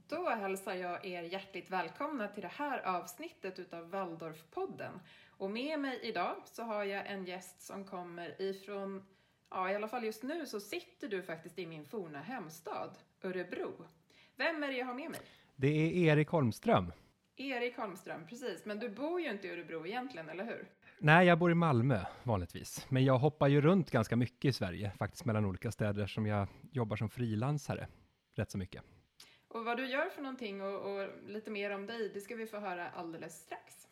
Då hälsar jag er hjärtligt välkomna till det här avsnittet utav Waldorfpodden. Och med mig idag så har jag en gäst som kommer ifrån, i alla fall just nu så sitter du faktiskt i min forna hemstad, Örebro. Vem är det jag har med mig? Det är Erik Holmström. Erik Holmström, precis. Men du bor ju inte i Örebro egentligen, eller hur? Nej, jag bor i Malmö vanligtvis. Men jag hoppar ju runt ganska mycket i Sverige, faktiskt mellan olika städer som jag jobbar som frilansare rätt så mycket. Och vad du gör för någonting och lite mer om dig, det ska vi få höra alldeles strax.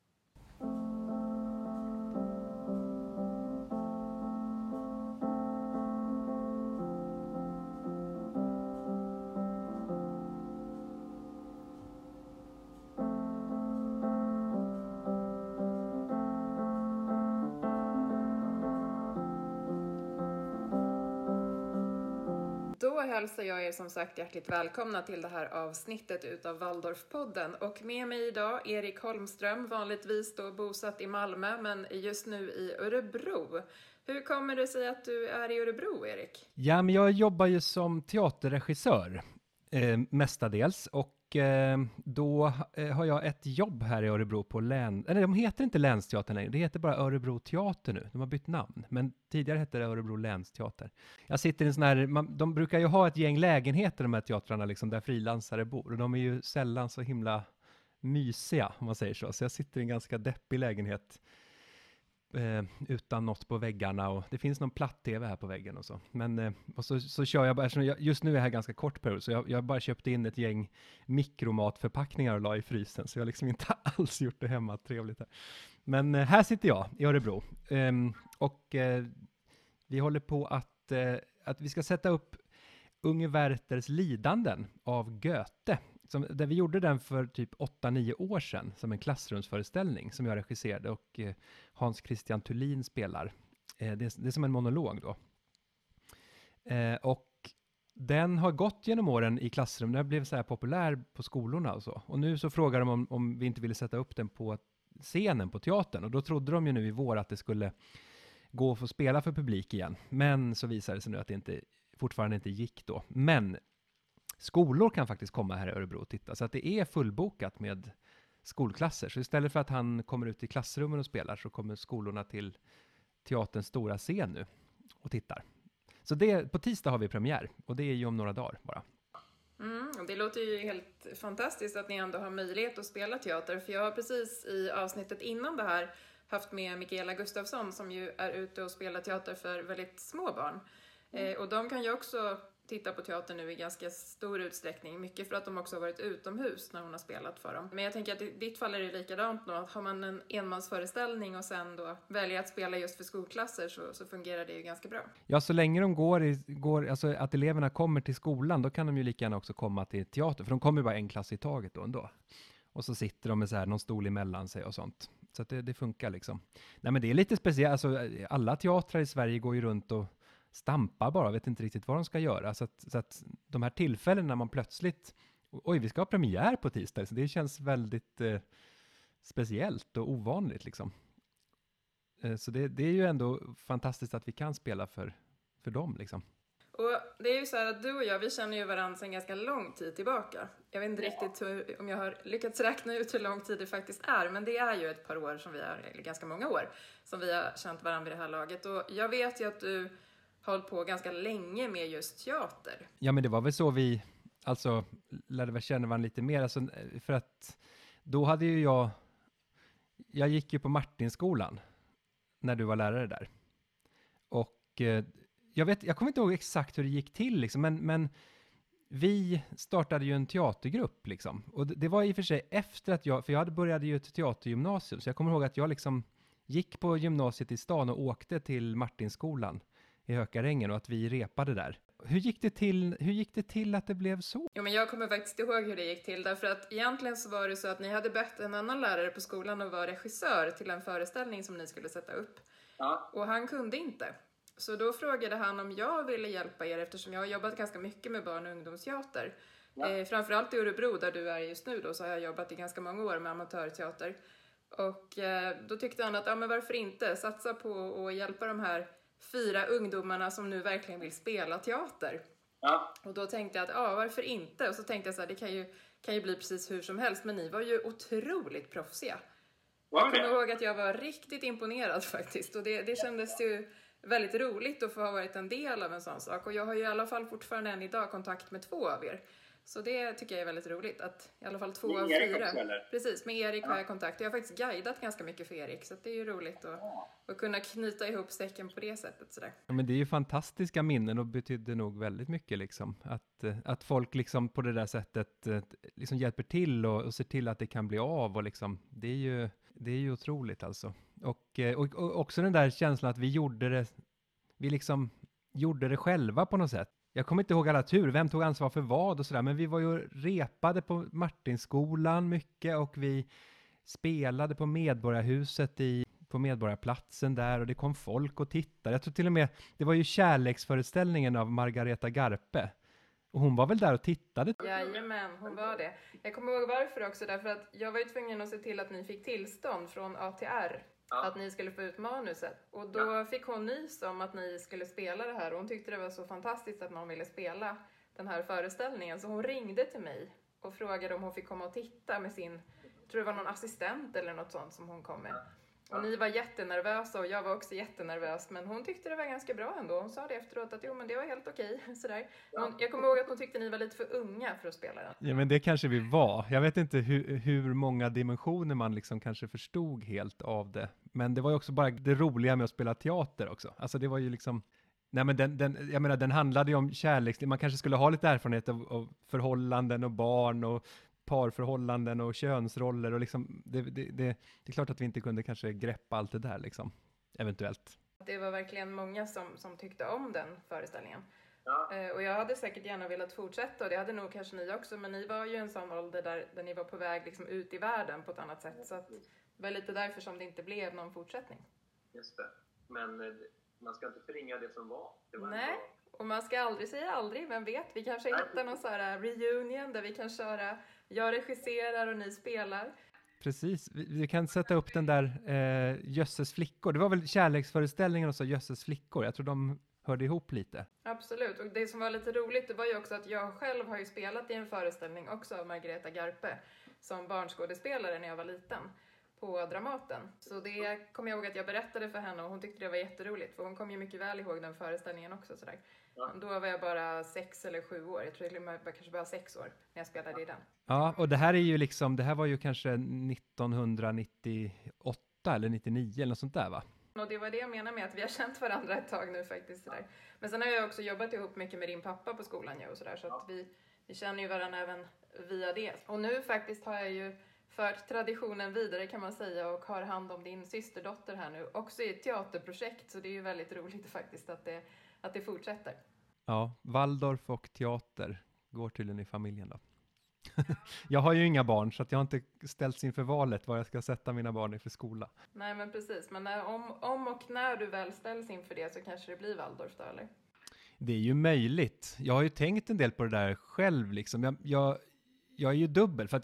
Då hälsar jag er som sagt hjärtligt välkomna till det här avsnittet utav Waldorfpodden. Och med mig idag Erik Holmström, vanligtvis då bosatt i Malmö men just nu i Örebro. Hur kommer det sig att du är i Örebro, Erik? Ja, men jag jobbar ju som teaterregissör mestadels och då har jag ett jobb här i Örebro på de heter inte Länsteatern längre, det heter bara Örebro Teater nu, de har bytt namn, men tidigare hette det Örebro Länsteater. Jag sitter i en sån här, de brukar ju ha ett gäng lägenheter de här teatrarna liksom, där frilansare bor och de är ju sällan så himla mysiga om man säger så jag sitter i en ganska deppig lägenhet utan något på väggarna och det finns någon platt-tv här på väggen och så. Men och så kör jag bara, just nu är jag här ganska kort period så jag bara köpt in ett gäng mikromatförpackningar och la i frysen så jag har liksom inte alls gjort det hemma trevligt här. Men här sitter jag i Örebro och vi håller på att vi ska sätta upp Unge Werthers lidanden av Goethe. Där vi gjorde den för typ 8-9 år sedan som en klassrumsföreställning som jag regisserade och Hans Christian Thulin spelar. Det är som en monolog då. Och den har gått genom åren i klassrum. Den blev så här populär på skolorna och så. Och nu så frågar de om vi inte ville sätta upp den på scenen på teatern. Och då trodde de ju nu i vår att det skulle gå att få spela för publik igen. Men så visade det sig nu att det fortfarande inte gick då. Men skolor kan faktiskt komma här i Örebro och titta. Så att det är fullbokat med skolklasser. Så istället för att han kommer ut i klassrummen och spelar så kommer skolorna till teaterns stora scen nu och tittar. Så på tisdag har vi premiär och det är ju om några dagar bara. Det låter ju helt fantastiskt att ni ändå har möjlighet att spela teater. För jag har precis i avsnittet innan det här haft med Mikaela Gustafsson som ju är ute och spelar teater för väldigt små barn. Och de kan ju också titta på teater nu i ganska stor utsträckning. Mycket för att de också har varit utomhus när hon har spelat för dem. Men jag tänker att i ditt fall är det likadant då. Att har man en enmansföreställning och sen då väljer att spela just för skolklasser så fungerar det ju ganska bra. Ja, så länge de alltså att eleverna kommer till skolan, då kan de ju lika gärna också komma till teater. För de kommer ju bara en klass i taget då ändå. Och så sitter de med så här någon stol emellan sig och sånt. Så att det funkar liksom. Nej, men det är lite speciellt. Alltså, alla teatrar i Sverige går ju runt och stampar bara, vet inte riktigt vad de ska göra. Så att de här tillfällena när man plötsligt, vi ska ha premiär på tisdag, så det känns väldigt speciellt och ovanligt liksom. Så det är ju ändå fantastiskt att vi kan spela för dem liksom. Och det är ju så här att du och jag, vi känner ju varandra sedan ganska lång tid tillbaka. Jag vet inte riktigt om jag har lyckats räkna ut hur lång tid det faktiskt är. Men det är ju ett par år eller ganska många år som vi har känt varandra vid det här laget. Och jag vet ju att du hållit på ganska länge med just teater. Ja, men det var väl så vi lärde väl känna varandra lite mer. Alltså, för att då hade ju jag gick ju på Martinskolan när du var lärare där. Och jag kommer inte ihåg exakt hur det gick till liksom, men vi startade ju en teatergrupp liksom. Och det var i och för sig efter att för jag började ju ett teatergymnasium, så jag kommer ihåg att jag liksom gick på gymnasiet i stan och åkte till Martinskolan i Hökarängen och att vi repade där. Hur gick det till att det blev så? Jo, men jag kommer faktiskt ihåg hur det gick till. Därför att egentligen så var det så att ni hade bett en annan lärare på skolan att vara regissör till en föreställning som ni skulle sätta upp. Ja. Och han kunde inte. Så då frågade han om jag ville hjälpa er eftersom jag har jobbat ganska mycket med barn- och ungdomsteater. Ja. Framförallt i Örebro där du är just nu då, så har jag jobbat i ganska många år med amatörteater. Och då tyckte han att men varför inte satsa på att hjälpa de här 4 ungdomarna som nu verkligen vill spela teater. Ja. Och då tänkte jag att, varför inte? Och så tänkte jag så här, det kan ju bli precis hur som helst, men ni var ju otroligt proffsiga. Jag kommer ihåg att jag var riktigt imponerad faktiskt, och det kändes ju väldigt roligt att få ha varit en del av en sån sak. Och jag har ju i alla fall fortfarande än idag kontakt med 2 av er. Så det tycker jag är väldigt roligt, att i alla fall 2 av 4. Också, eller? Precis, med Erik har jag kontakt. Jag har faktiskt guidat ganska mycket för Erik, så det är ju roligt att kunna knyta ihop säcken på det sättet. Sådär. Ja, men det är ju fantastiska minnen och betydde nog väldigt mycket liksom. Att folk liksom på det där sättet liksom hjälper till och ser till att det kan bli av, och liksom, det är ju otroligt alltså. Och också den där känslan att vi liksom gjorde det själva på något sätt. Jag kommer inte ihåg alla tur, vem tog ansvar för vad och sådär, men vi var ju repade på Martinskolan mycket, och vi spelade på Medborgarhuset på Medborgarplatsen där, och det kom folk och tittade. Jag tror till och med, det var ju kärleksföreställningen av Margareta Garpe. Och hon var väl där och tittade? Jajamän, hon var det. Jag kommer ihåg varför också, därför att jag var ju tvungen att se till att ni fick tillstånd från ATR. Ja. Att ni skulle få ut manuset. Och då fick hon nys om att ni skulle spela det här. Och hon tyckte det var så fantastiskt att någon ville spela den här föreställningen. Så hon ringde till mig och frågade om hon fick komma och titta med sin, jag tror det var någon assistent eller något sånt som hon kom med. Och ni var jättenervösa och jag var också jättenervös. Men hon tyckte det var ganska bra ändå. Hon sa det efteråt att men det var helt okej. Sådär. Jag kommer ihåg att hon tyckte ni var lite för unga för att spela den. Ja, men det kanske vi var. Jag vet inte hur många dimensioner man liksom kanske förstod helt av det. Men det var ju också bara det roliga med att spela teater också. Alltså det var ju liksom... Nej, men jag menar, den handlade ju om kärlek. Man kanske skulle ha lite erfarenhet av förhållanden och barn och parförhållanden och könsroller, och liksom det är klart att vi inte kunde kanske greppa allt det där liksom, eventuellt. Det var verkligen många som tyckte om den föreställningen. Och jag hade säkert gärna velat fortsätta, och det hade nog kanske ni också, men ni var ju en sån ålder där ni var på väg liksom ut i världen på ett annat sätt, så att det var lite därför som det inte blev någon fortsättning. Just det, men man ska inte förringa det som var. Nej, och man ska aldrig säga aldrig, vem vet, vi kanske hittar någon sån här reunion där vi kan köra, jag regisserar och ni spelar. Precis, vi kan sätta upp den där Jösses flickor. Det var väl kärleksföreställningen och så Jösses flickor. Jag tror de hörde ihop lite. Absolut, och det som var lite roligt, det var ju också att jag själv har ju spelat i en föreställning också av Margareta Garpe som barnskådespelare när jag var liten på Dramaten. Så det kommer jag ihåg att jag berättade för henne, och hon tyckte det var jätteroligt, för hon kom ju mycket väl ihåg den föreställningen också. Sådär. Då var jag bara 6 eller 7 år, jag tror jag var kanske bara 6 år när jag spelade i den. Ja, och det här är ju liksom, det här var ju kanske 1998 eller 99 eller något sånt där, va? Och det var det jag menar med att vi har känt varandra ett tag nu faktiskt. Sådär. Men sen har jag också jobbat ihop mycket med din pappa på skolan och sådär, så att vi känner ju varandra även via det. Och nu faktiskt har jag ju fört traditionen vidare kan man säga, och har hand om din systerdotter här nu, också i ett teaterprojekt, så det är ju väldigt roligt faktiskt att det fortsätter. Ja, Waldorf och teater går tydligen i familjen då. Jag har ju inga barn, så att jag har inte ställts inför valet vad jag ska sätta mina barn i för skola. Nej, men precis. Men om och när du väl ställs inför det, så kanske det blir Waldorf då, eller? Det är ju möjligt. Jag har ju tänkt en del på det där själv liksom. Jag är ju dubbel, för att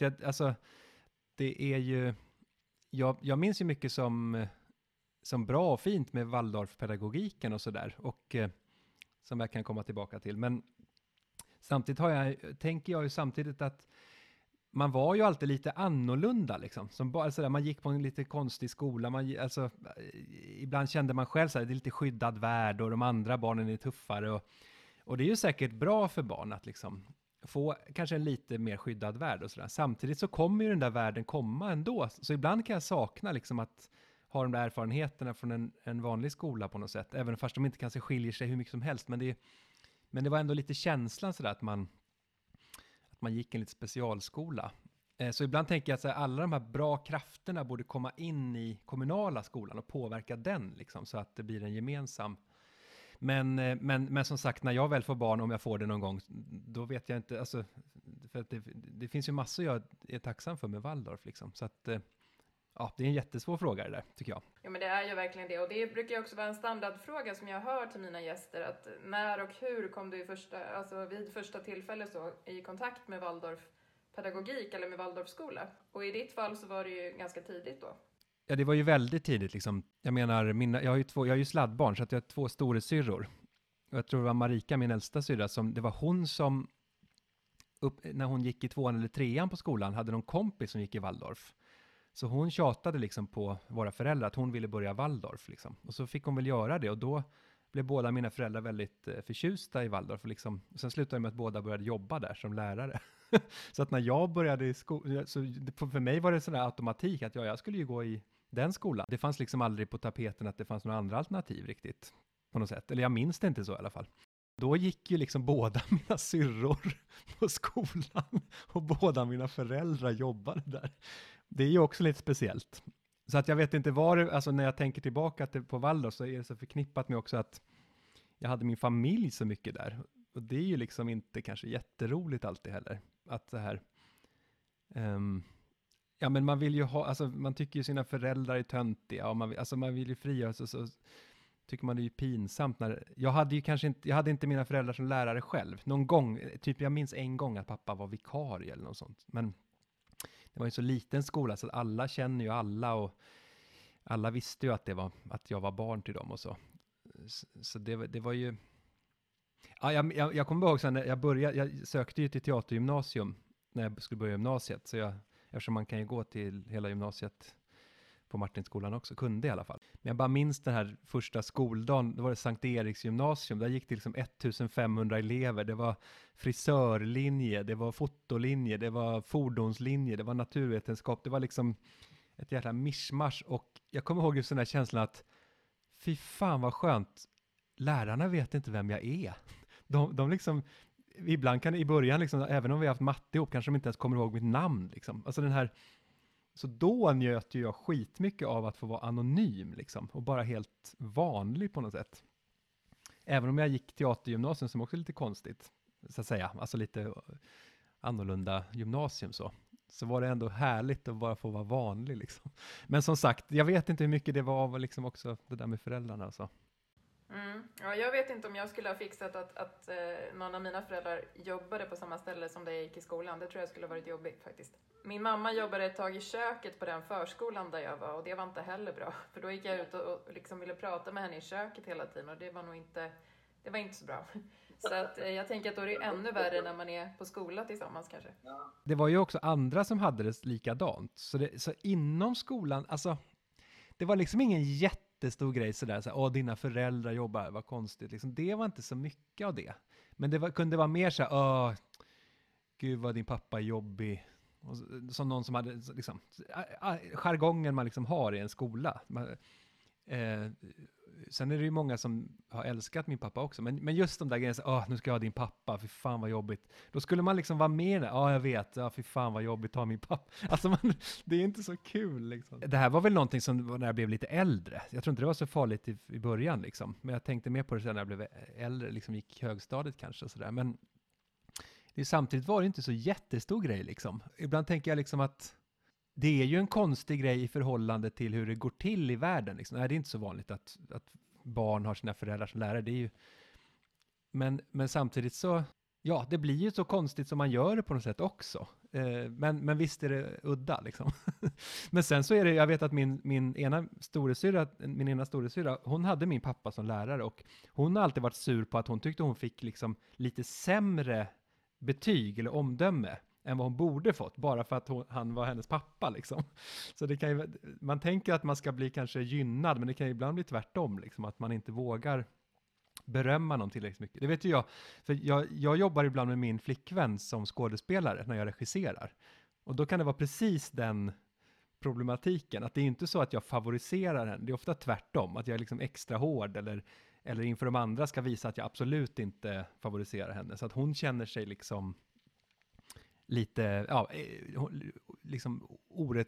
det är ju... Jag minns ju mycket som bra och fint med Waldorf-pedagogiken och sådär. Och som jag kan komma tillbaka till. Men samtidigt tänker jag ju samtidigt att man var ju alltid lite annorlunda liksom. Man gick på en lite konstig skola. Ibland kände man själv så här, det är lite skyddad värld och de andra barnen är tuffare. Och det är ju säkert bra för barn att liksom få kanske en lite mer skyddad värld och sådär. Samtidigt så kommer ju den där världen komma ändå. Så ibland kan jag sakna liksom att ha de där erfarenheterna från en vanlig skola på något sätt. Även fast de inte kanske skiljer sig hur mycket som helst. Men det var ändå lite känslan sådär att man gick en lite specialskola. Så ibland tänker jag att alla de här bra krafterna borde komma in i kommunala skolan och påverka den liksom, så att det blir en gemensam. Men som sagt, när jag väl får barn, om jag får det någon gång, då vet jag inte, alltså, för att det finns ju massor jag är tacksam för med Waldorf liksom. Så att ja, det är en jättesvår fråga det där, tycker jag. Ja, men det är ju verkligen det. Och det brukar ju också vara en standardfråga som jag hör till mina gäster. Att när och hur kom du vid första tillfälle så i kontakt med Waldorf-pedagogik eller med Waldorfskola? Och i ditt fall så var det ju ganska tidigt då. Ja, det var ju väldigt tidigt liksom. Jag menar, jag har ju sladdbarn, så att jag har 2 storasyrror. jag tror det var Marika, min äldsta syrra, det var hon som när hon gick i 2:an eller 3:an på skolan hade någon kompis som gick i Waldorf. Så hon tjatade liksom på våra föräldrar att hon ville börja Waldorf liksom. Och så fick hon väl göra det, och då blev båda mina föräldrar väldigt förtjusta i Waldorf. Och liksom, och sen slutade det med att båda började jobba där som lärare. Så att när jag började i skolan, så för mig var det sån där automatik att jag skulle ju gå i den skolan. Det fanns liksom aldrig på tapeten att det fanns några andra alternativ riktigt på något sätt. Eller jag minns det inte så i alla fall. Då gick ju liksom båda mina syrror på skolan och båda mina föräldrar jobbade där. Det är ju också lite speciellt. Så att jag vet inte alltså när jag tänker tillbaka på Waldorf så är det så förknippat med också att jag hade min familj så mycket där. Och det är ju liksom inte kanske jätteroligt alltid heller. Att det här, ja men man vill ju ha, alltså man tycker ju sina föräldrar är töntiga och man vill ju frigöra sig, så tycker man det är ju pinsamt när, jag hade inte mina föräldrar som lärare själv. Någon gång, typ jag minns en gång att pappa var vikarie eller något sånt. Men det var ju så liten skola så att alla känner ju alla och alla visste ju att jag var barn till dem och så. Så det var ju, ja, jag kommer ihåg sen när jag sökte ju till teatergymnasium när jag skulle börja gymnasiet, så eftersom man kan ju gå till hela gymnasiet på Martinskolan också, kunde i alla fall. Men jag bara minns den här första skoldagen, då var det Sankt Eriks gymnasium, där gick det liksom 1500 elever, det var frisörlinje, det var fotolinje, det var fordonslinje, det var naturvetenskap, det var liksom ett jävla mischmasch, och jag kommer ihåg just den här känslan att fy fan vad skönt, lärarna vet inte vem jag är. De liksom, ibland kan i början liksom, även om vi har haft matte ihop, kanske de inte ens kommer ihåg mitt namn liksom. Alltså den här, så då njöt ju jag skitmycket av att få vara anonym liksom, och bara helt vanlig på något sätt. Även om jag gick teatergymnasium som också är lite konstigt, så att säga, alltså lite annorlunda gymnasium så var det ändå härligt att bara få vara vanlig liksom. Men som sagt, jag vet inte hur mycket det var liksom också det där med föräldrarna och så. Ja, jag vet inte om jag skulle ha fixat att någon av mina föräldrar jobbade på samma ställe som där jag gick i skolan. Det tror jag skulle ha varit jobbigt faktiskt. Min mamma jobbade ett tag i köket på den förskolan där jag var, och det var inte heller bra. För då gick jag ut och liksom ville prata med henne i köket hela tiden, och det var inte så bra. Så att jag tänker att då är det ännu värre när man är på skola tillsammans kanske. Det var ju också andra som hade det likadant. Så inom skolan, alltså det var liksom ingen jättestor grej sådär, dina föräldrar jobbar, vad konstigt. Liksom, det var inte så mycket av det. Men det kunde vara mer såhär, gud vad din pappa är jobbig. Och som någon som hade liksom, jargongen man liksom har i en skola. Sen är det ju många som har älskat min pappa också. Men just de där grejerna, nu ska jag ha din pappa, fy fan vad jobbigt. Då skulle man liksom vara med, jag vet, fy fan vad jobbigt, ta min pappa. Alltså det är inte så kul liksom. Det här var väl någonting som när jag blev lite äldre. Jag tror inte det var så farligt i början liksom. Men jag tänkte mer på det sen när jag blev äldre, liksom gick högstadiet kanske och sådär. Men samtidigt var det inte så jättestor grej liksom. Ibland tänker jag liksom att det är ju en konstig grej i förhållande till hur det går till i världen. Liksom. Nej, det är inte så vanligt att barn har sina föräldrar som lärare. Det är ju... men samtidigt så, ja, det blir ju så konstigt som man gör det på något sätt också. Men visst är det udda liksom. Men sen så är det, jag vet att min ena storasyrra, hon hade min pappa som lärare, och hon har alltid varit sur på att hon tyckte hon fick liksom lite sämre betyg eller omdöme än vad hon borde fått, bara för att han var hennes pappa liksom. Så det kan ju, man tänker att man ska bli kanske gynnad, men det kan ju ibland bli tvärtom liksom, att man inte vågar berömma någon tillräckligt mycket. Det vet ju jag, för jag jobbar ibland med min flickvän som skådespelare när jag regisserar. Och då kan det vara precis den problematiken, att det är inte så att jag favoriserar henne, det är ofta tvärtom, att jag är liksom extra hård eller inför de andra ska visa att jag absolut inte favoriserar henne. Så att hon känner sig liksom lite, liksom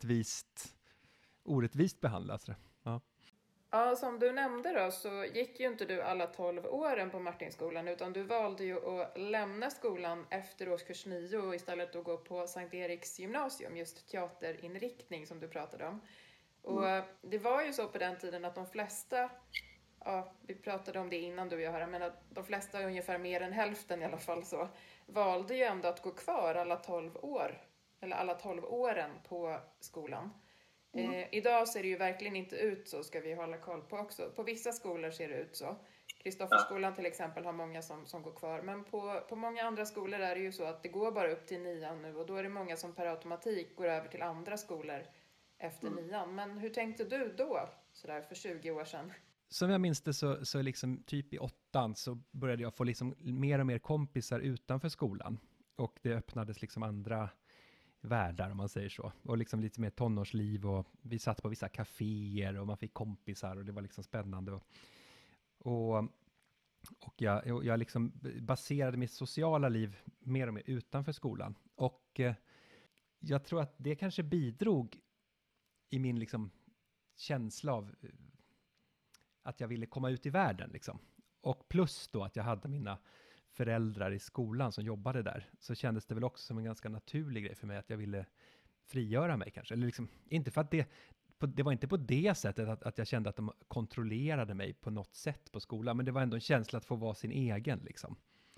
orättvist behandlas. Ja. Ja, som du nämnde då, så gick ju inte du alla 12 åren på Martinskolan, utan du valde ju att lämna skolan efter årskurs 9 och istället då gå på Sankt Eriks gymnasium, just teaterinriktning som du pratade om. Och det var ju så på den tiden att de flesta, vi pratade om det innan du och jag här, men att de flesta, ungefär mer än hälften i alla fall, så valde ju ändå att gå kvar alla 12 år, eller alla 12 åren på skolan. Idag ser det ju verkligen inte ut så, ska vi hålla koll på också. På vissa skolor ser det ut så. Kristofferskolan till exempel har många som går kvar. Men på många andra skolor är det ju så att det går bara upp till 9:an nu. Och då är det många som per automatik går över till andra skolor efter 9:an. Men hur tänkte du då, sådär för 20 år sedan? Som jag minns det så liksom typ i 8:an så började jag få liksom mer och mer kompisar utanför skolan. Och det öppnades liksom andra världar, om man säger så. Och liksom lite mer tonårsliv, och vi satt på vissa kaféer och man fick kompisar och det var liksom spännande. Och jag liksom baserade mitt sociala liv mer och mer utanför skolan. Och jag tror att det kanske bidrog i min liksom känsla av att jag ville komma ut i världen liksom. Och plus då att jag hade mina föräldrar i skolan som jobbade där, så kändes det väl också som en ganska naturlig grej för mig att jag ville frigöra mig kanske. Eller liksom, inte för att det var inte på det sättet att jag kände att de kontrollerade mig på något sätt på skolan, men det var ändå en känsla att få vara sin egen liksom.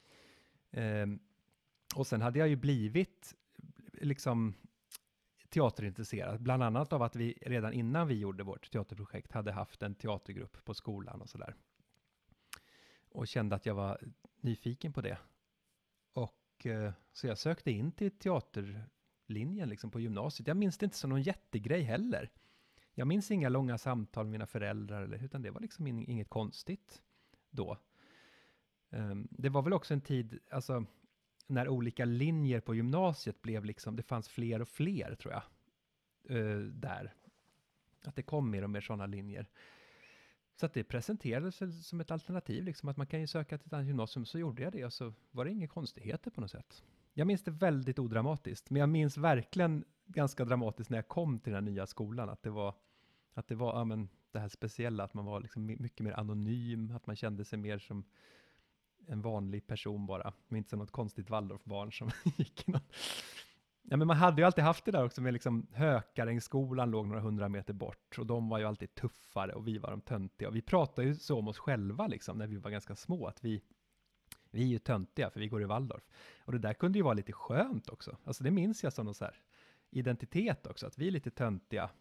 Och sen hade jag ju blivit liksom teaterintresserad, bland annat av att vi redan innan vi gjorde vårt teaterprojekt hade haft en teatergrupp på skolan och sådär. Och kände att jag var nyfiken på det. Och så jag sökte in till teaterlinjen liksom på gymnasiet. Jag minns det inte som någon jättegrej heller. Jag minns inga långa samtal med mina föräldrar, utan det var liksom inget konstigt då. Det var väl också en tid, alltså när olika linjer på gymnasiet blev liksom, det fanns fler och fler tror jag, där. Att det kom mer och mer sådana linjer. Så att det presenterades som ett alternativ, liksom att man kan ju söka till ett annat gymnasium, så gjorde jag det och så var det inga konstigheter på något sätt. Jag minns det väldigt odramatiskt, men jag minns verkligen ganska dramatiskt när jag kom till den här nya skolan, att det var ja, men det här speciella, att man var liksom mycket mer anonym, att man kände sig mer som en vanlig person bara, men inte som något konstigt Waldorfbarn som gick i någon. Ja, men man hade ju alltid haft det där också med liksom Hökarängsskolan låg några 100 meter bort och de var ju alltid tuffare och vi var de töntiga. Och vi pratade ju så om oss själva liksom när vi var ganska små, att vi är ju töntiga för vi går i Waldorf. Och det där kunde ju vara lite skönt också. Alltså det minns jag som någon så här identitet också, att vi är lite töntiga.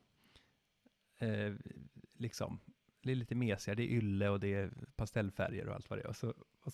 Liksom, det är lite mesiga, det är ylle och det är pastellfärger och allt vad det är.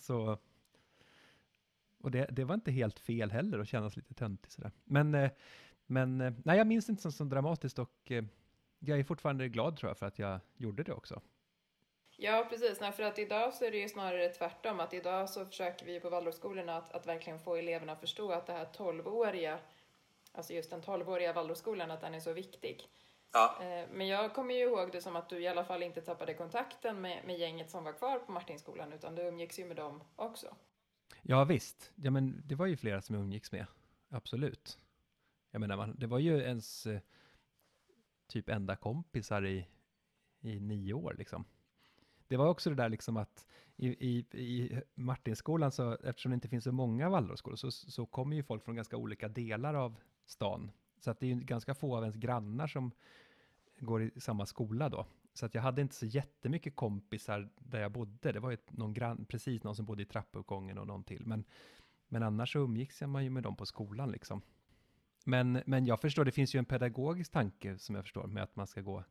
Och det var inte helt fel heller att kännas lite töntig sådär. Men nej, jag minns inte så dramatiskt, och jag är fortfarande glad tror jag för att jag gjorde det också. Ja, precis. Nej, för att idag så är det ju snarare tvärtom. Att idag så försöker vi på Waldorfskolorna att verkligen få eleverna att förstå att det här 12-åriga, alltså just den 12-åriga Waldorfskolan, att den är så viktig. Ja. Men jag kommer ju ihåg det som att du i alla fall inte tappade kontakten med gänget som var kvar på Martinskolan, utan du umgicks ju med dem också. Ja visst, ja, men det var ju flera som jag umgicks med, absolut. Jag menar, det var ju ens typ enda kompisar i 9 år liksom. Det var också det där liksom att i Martinskolan, så eftersom det inte finns så många Waldorfskolor så kommer ju folk från ganska olika delar av stan. Så att det är ju ganska få av ens grannar som går i samma skola då. Så att jag hade inte så jättemycket kompisar där jag bodde. Det var ju någon som bodde i trappuppgången och någon till. Men annars så umgicks man ju med dem på skolan liksom. Men jag förstår, det finns ju en pedagogisk tanke som jag förstår med att man ska gå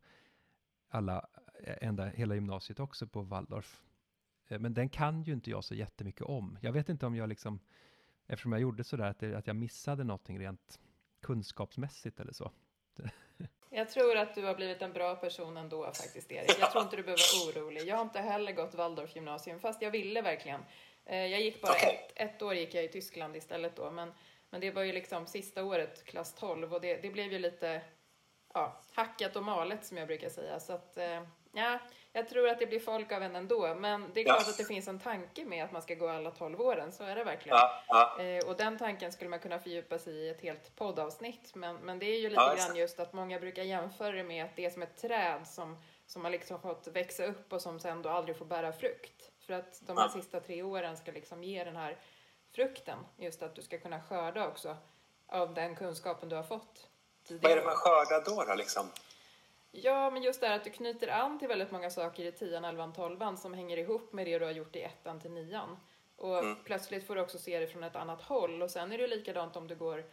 hela gymnasiet också på Waldorf. Men den kan ju inte jag så jättemycket om. Jag vet inte om jag liksom, eftersom jag gjorde sådär att jag missade någonting rent kunskapsmässigt eller så. Jag tror att du har blivit en bra person ändå faktiskt, Erik. Jag tror inte du behöver vara orolig. Jag har inte heller gått Waldorfgymnasium, fast jag ville verkligen. Jag gick bara ett år gick jag i Tyskland istället då. Men det var ju liksom sista året, klass 12. Och det blev ju lite hackat och malet som jag brukar säga. Så att jag tror att det blir folk av en ändå. Men det är klart att det finns en tanke med att man ska gå alla 12 åren. Så är det verkligen. Och den tanken skulle man kunna fördjupa sig i ett helt poddavsnitt. Men det är ju lite grann just att många brukar jämföra det med att det är som ett träd som har liksom fått växa upp och som sen då aldrig får bära frukt. För att de här sista 3 åren ska liksom ge den här frukten. Just att du ska kunna skörda också av den kunskapen du har fått tidigare. Vad är det man skördar då liksom? Ja, men just det här att du knyter an till väldigt många saker i 10:an, 11:an, 12:an som hänger ihop med det du har gjort i 1:an till 9:an. Och plötsligt får du också se det från ett annat håll. Och sen är det likadant om du går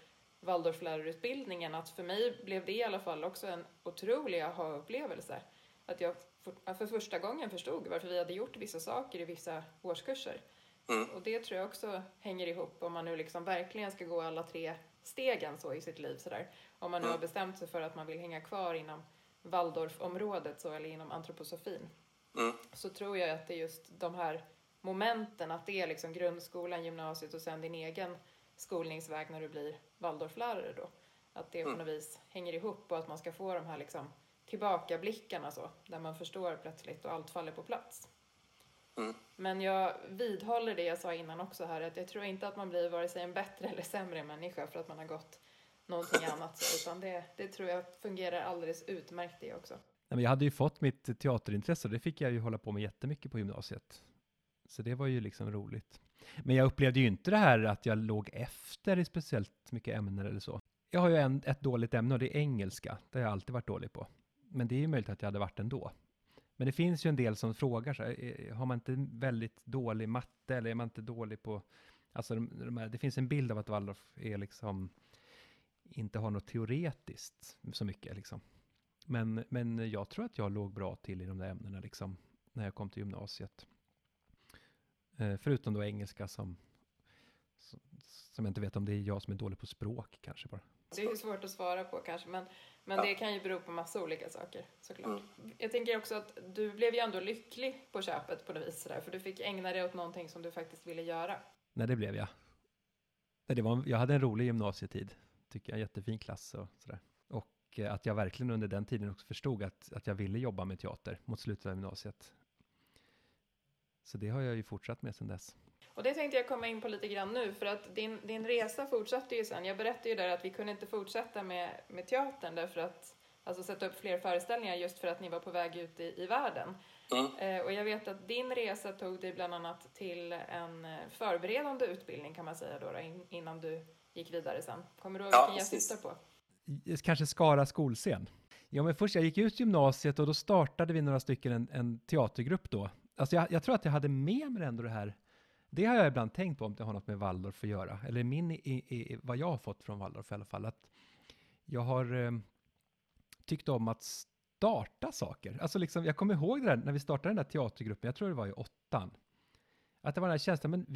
Waldorflärarutbildningen. Att för mig blev det i alla fall också en otrolig aha-upplevelse. Att jag för första gången förstod varför vi hade gjort vissa saker i vissa årskurser. Och det tror jag också hänger ihop om man nu liksom verkligen ska gå alla 3 stegen så i sitt liv. Sådär. Om man nu har bestämt sig för att man vill hänga kvar inom Waldorfområdet så, eller inom antroposofin. Så tror jag att det är just de här momenten, att det är liksom grundskolan, gymnasiet och sen din egen skolningsväg när du blir Waldorflärare då. Att det på något vis hänger ihop och att man ska få de här liksom tillbakablickarna så, där man förstår plötsligt och allt faller på plats. Men jag vidhåller det jag sa innan också här, att jag tror inte att man blir vare sig en bättre eller sämre människa för att man har gått någonting annat så, utan det tror jag fungerar alldeles utmärkt det också. Nej, men jag hade ju fått mitt teaterintresse och det fick jag ju hålla på med jättemycket på gymnasiet. Så det var ju liksom roligt. Men jag upplevde ju inte det här att jag låg efter i speciellt mycket ämnen eller så. Jag har ju ett dåligt ämne och det är engelska. Det har jag alltid varit dålig på. Men det är ju möjligt att jag hade varit ändå. Men det finns ju en del som frågar så här, har man inte väldigt dålig matte eller är man inte dålig på... Alltså det finns en bild av att Waldorf är liksom inte har något teoretiskt så mycket liksom. Men jag tror att jag låg bra till i de där ämnena liksom, när jag kom till gymnasiet. Förutom då engelska som jag inte vet om det är jag som är dålig på språk kanske bara. Det är ju svårt att svara på kanske, men det kan ju bero på massa olika saker såklart. Jag tänker också att du blev ju ändå lycklig på köpet på det vis där, för du fick ägna dig åt någonting som du faktiskt ville göra. Nej, det blev jag. Jag hade en rolig gymnasietid, tycker jag, en jättefin klass och sådär. Och att jag verkligen under den tiden också förstod att jag ville jobba med teater mot slutet av gymnasiet. Så det har jag ju fortsatt med sedan dess. Och det tänkte jag komma in på lite grann nu, för att din resa fortsatte ju sen. Jag berättade ju där att vi kunde inte fortsätta med teatern därför att, alltså sätta upp fler föreställningar just för att ni var på väg ut i världen. Och jag vet att din resa tog dig bland annat till en förberedande utbildning kan man säga då innan du gick vidare sen. Kommer du ihåg vilken jag syftar på? Kanske Skara skolscen. Ja, men först jag gick ut gymnasiet och då startade vi några stycken en teatergrupp då. Alltså jag tror att jag hade med mig ändå det här. Det har jag ibland tänkt på om det har något med Waldorf att göra. Eller vad jag har fått från Waldorf i alla fall. Att jag har tyckt om att starta saker. Alltså liksom, jag kommer ihåg det där, när vi startade den där teatergruppen. Jag tror det var i 8:an. Att det var den här känslan, men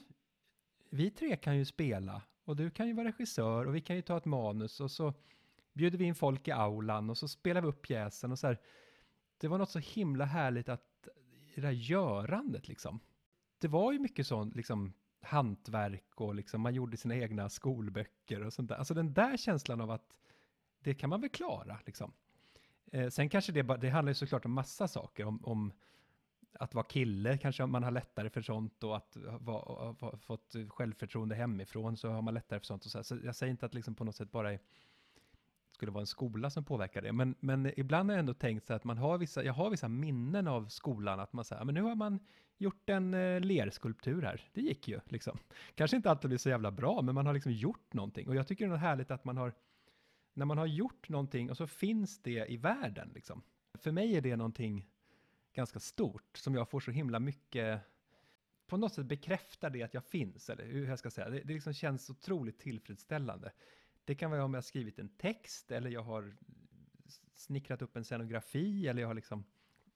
vi 3 kan ju spela. Och du kan ju vara regissör och vi kan ju ta ett manus. Och så bjuder vi in folk i aulan och så spelar vi upp pjäsen. Och så här. Det var något så himla härligt att det där görandet liksom. Det var ju mycket sånt liksom hantverk och liksom man gjorde sina egna skolböcker och sånt där. Alltså den där känslan av att det kan man väl klara liksom. Sen kanske det handlar ju såklart om massa saker. Om att vara kille kanske man har lättare för sånt och att ha fått självförtroende hemifrån så har man lättare för sånt. Och så jag säger inte att liksom på något sätt bara skulle vara en skola som påverkar det. Men ibland har jag ändå tänkt så att jag har vissa minnen av skolan. Att man säger, men nu har man gjort en lerskulptur här. Det gick ju liksom. Kanske inte alltid blir så jävla bra, men man har liksom gjort någonting. Och jag tycker det är härligt att när man har gjort någonting och så finns det i världen liksom. För mig är det någonting ganska stort som jag får så himla mycket, på något sätt bekräftar det att jag finns. Eller hur jag ska säga. Det liksom känns otroligt tillfredsställande. Det kan vara om jag har skrivit en text eller jag har snickrat upp en scenografi eller jag har liksom...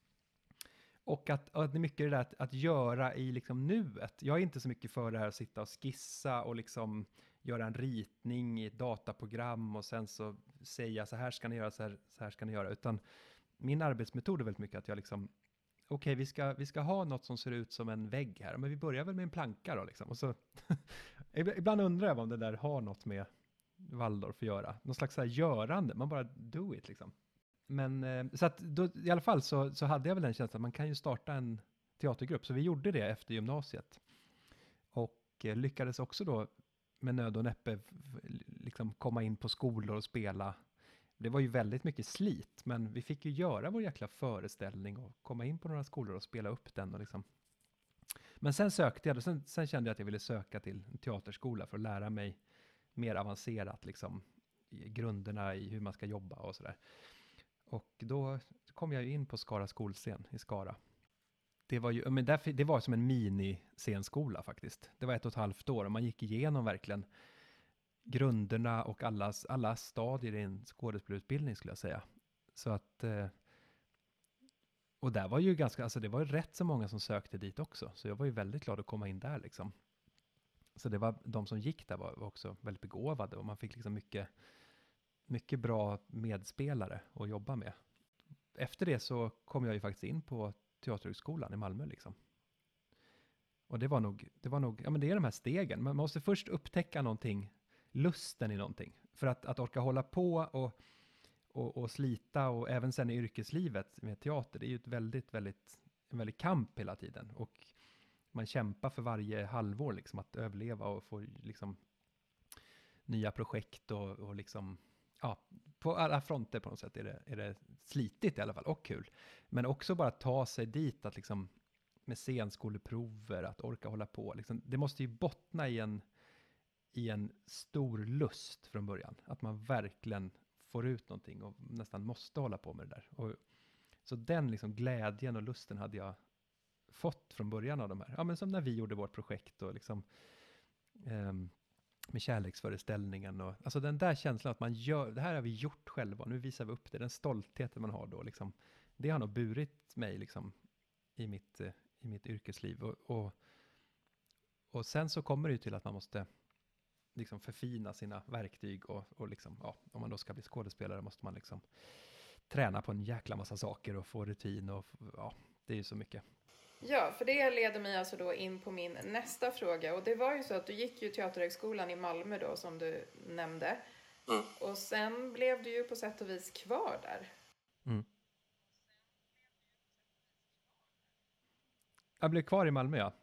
Och att det är mycket det där att göra i liksom nuet. Jag är inte så mycket för det här att sitta och skissa och liksom göra en ritning i ett dataprogram och sen så säga så här ska ni göra, så här ska ni göra. Utan min arbetsmetod är väldigt mycket att jag liksom, okej, vi ska ha något som ser ut som en vägg här. Men vi börjar väl med en planka då liksom. Och så ibland undrar jag om det där har något med Waldorf att göra. Någon slags så här görande. Man bara do it liksom. Men så att då, i alla fall så hade jag väl den känslan att man kan ju starta en teatergrupp. Så vi gjorde det efter gymnasiet. Och lyckades också då med nöd och näppe liksom komma in på skolor och spela. Det var ju väldigt mycket slit. Men vi fick ju göra vår jäkla föreställning och komma in på några skolor och spela upp den. Och liksom. Men sen sökte jag och sen kände jag att jag ville söka till en teaterskola för att lära mig mer avancerat liksom grunderna i hur man ska jobba och sådär. Och då kom jag ju in på Skara skolscen i Skara. Det var ju, men det var som en mini-scenskola faktiskt. Det var 1,5 år och man gick igenom verkligen grunderna och alla stadier i en skådespelarutbildning skulle jag säga. Så att Och där var ju ganska, alltså det var ju rätt så många som sökte dit också. Så jag var ju väldigt glad att komma in där liksom. Så det var, de som gick där var också väldigt begåvade och man fick liksom mycket bra medspelare att jobba med. Efter det så kom jag ju faktiskt in på Teaterhögskolan i Malmö liksom. Och det var nog, ja men det är de här stegen. Man måste först upptäcka någonting, lusten i någonting. För att orka hålla på och slita och även sen i yrkeslivet med teater, det är ju en väldigt kamp hela tiden. Och man kämpar för varje halvår liksom att överleva och få liksom nya projekt och liksom, ja, på alla fronter på något sätt är det slitigt i alla fall och kul. Men också bara ta sig dit att liksom med scenskoleprover, att orka hålla på. Liksom, det måste ju bottna i en stor lust från början. Att man verkligen får ut någonting och nästan måste hålla på med det där. Och, så den liksom glädjen och lusten hade jag fått från början av de här. Ja, men som när vi gjorde vårt projekt och liksom med kärleksföreställningen och alltså den där känslan att man gör, det här har vi gjort själva, nu visar vi upp det, den stoltheten man har då liksom, det har nog burit mig liksom i mitt yrkesliv och sen så kommer det ju till att man måste liksom förfina sina verktyg och liksom, ja, om man då ska bli skådespelare måste man liksom träna på en jäkla massa saker och få rutin och ja, det är ju så mycket. Ja, för det leder mig alltså då in på min nästa fråga. Och det var ju så att du gick ju Teaterhögskolan i Malmö då, som du nämnde. Mm. Och sen blev du ju på sätt och vis kvar där. Mm. Jag blev kvar i Malmö, ja.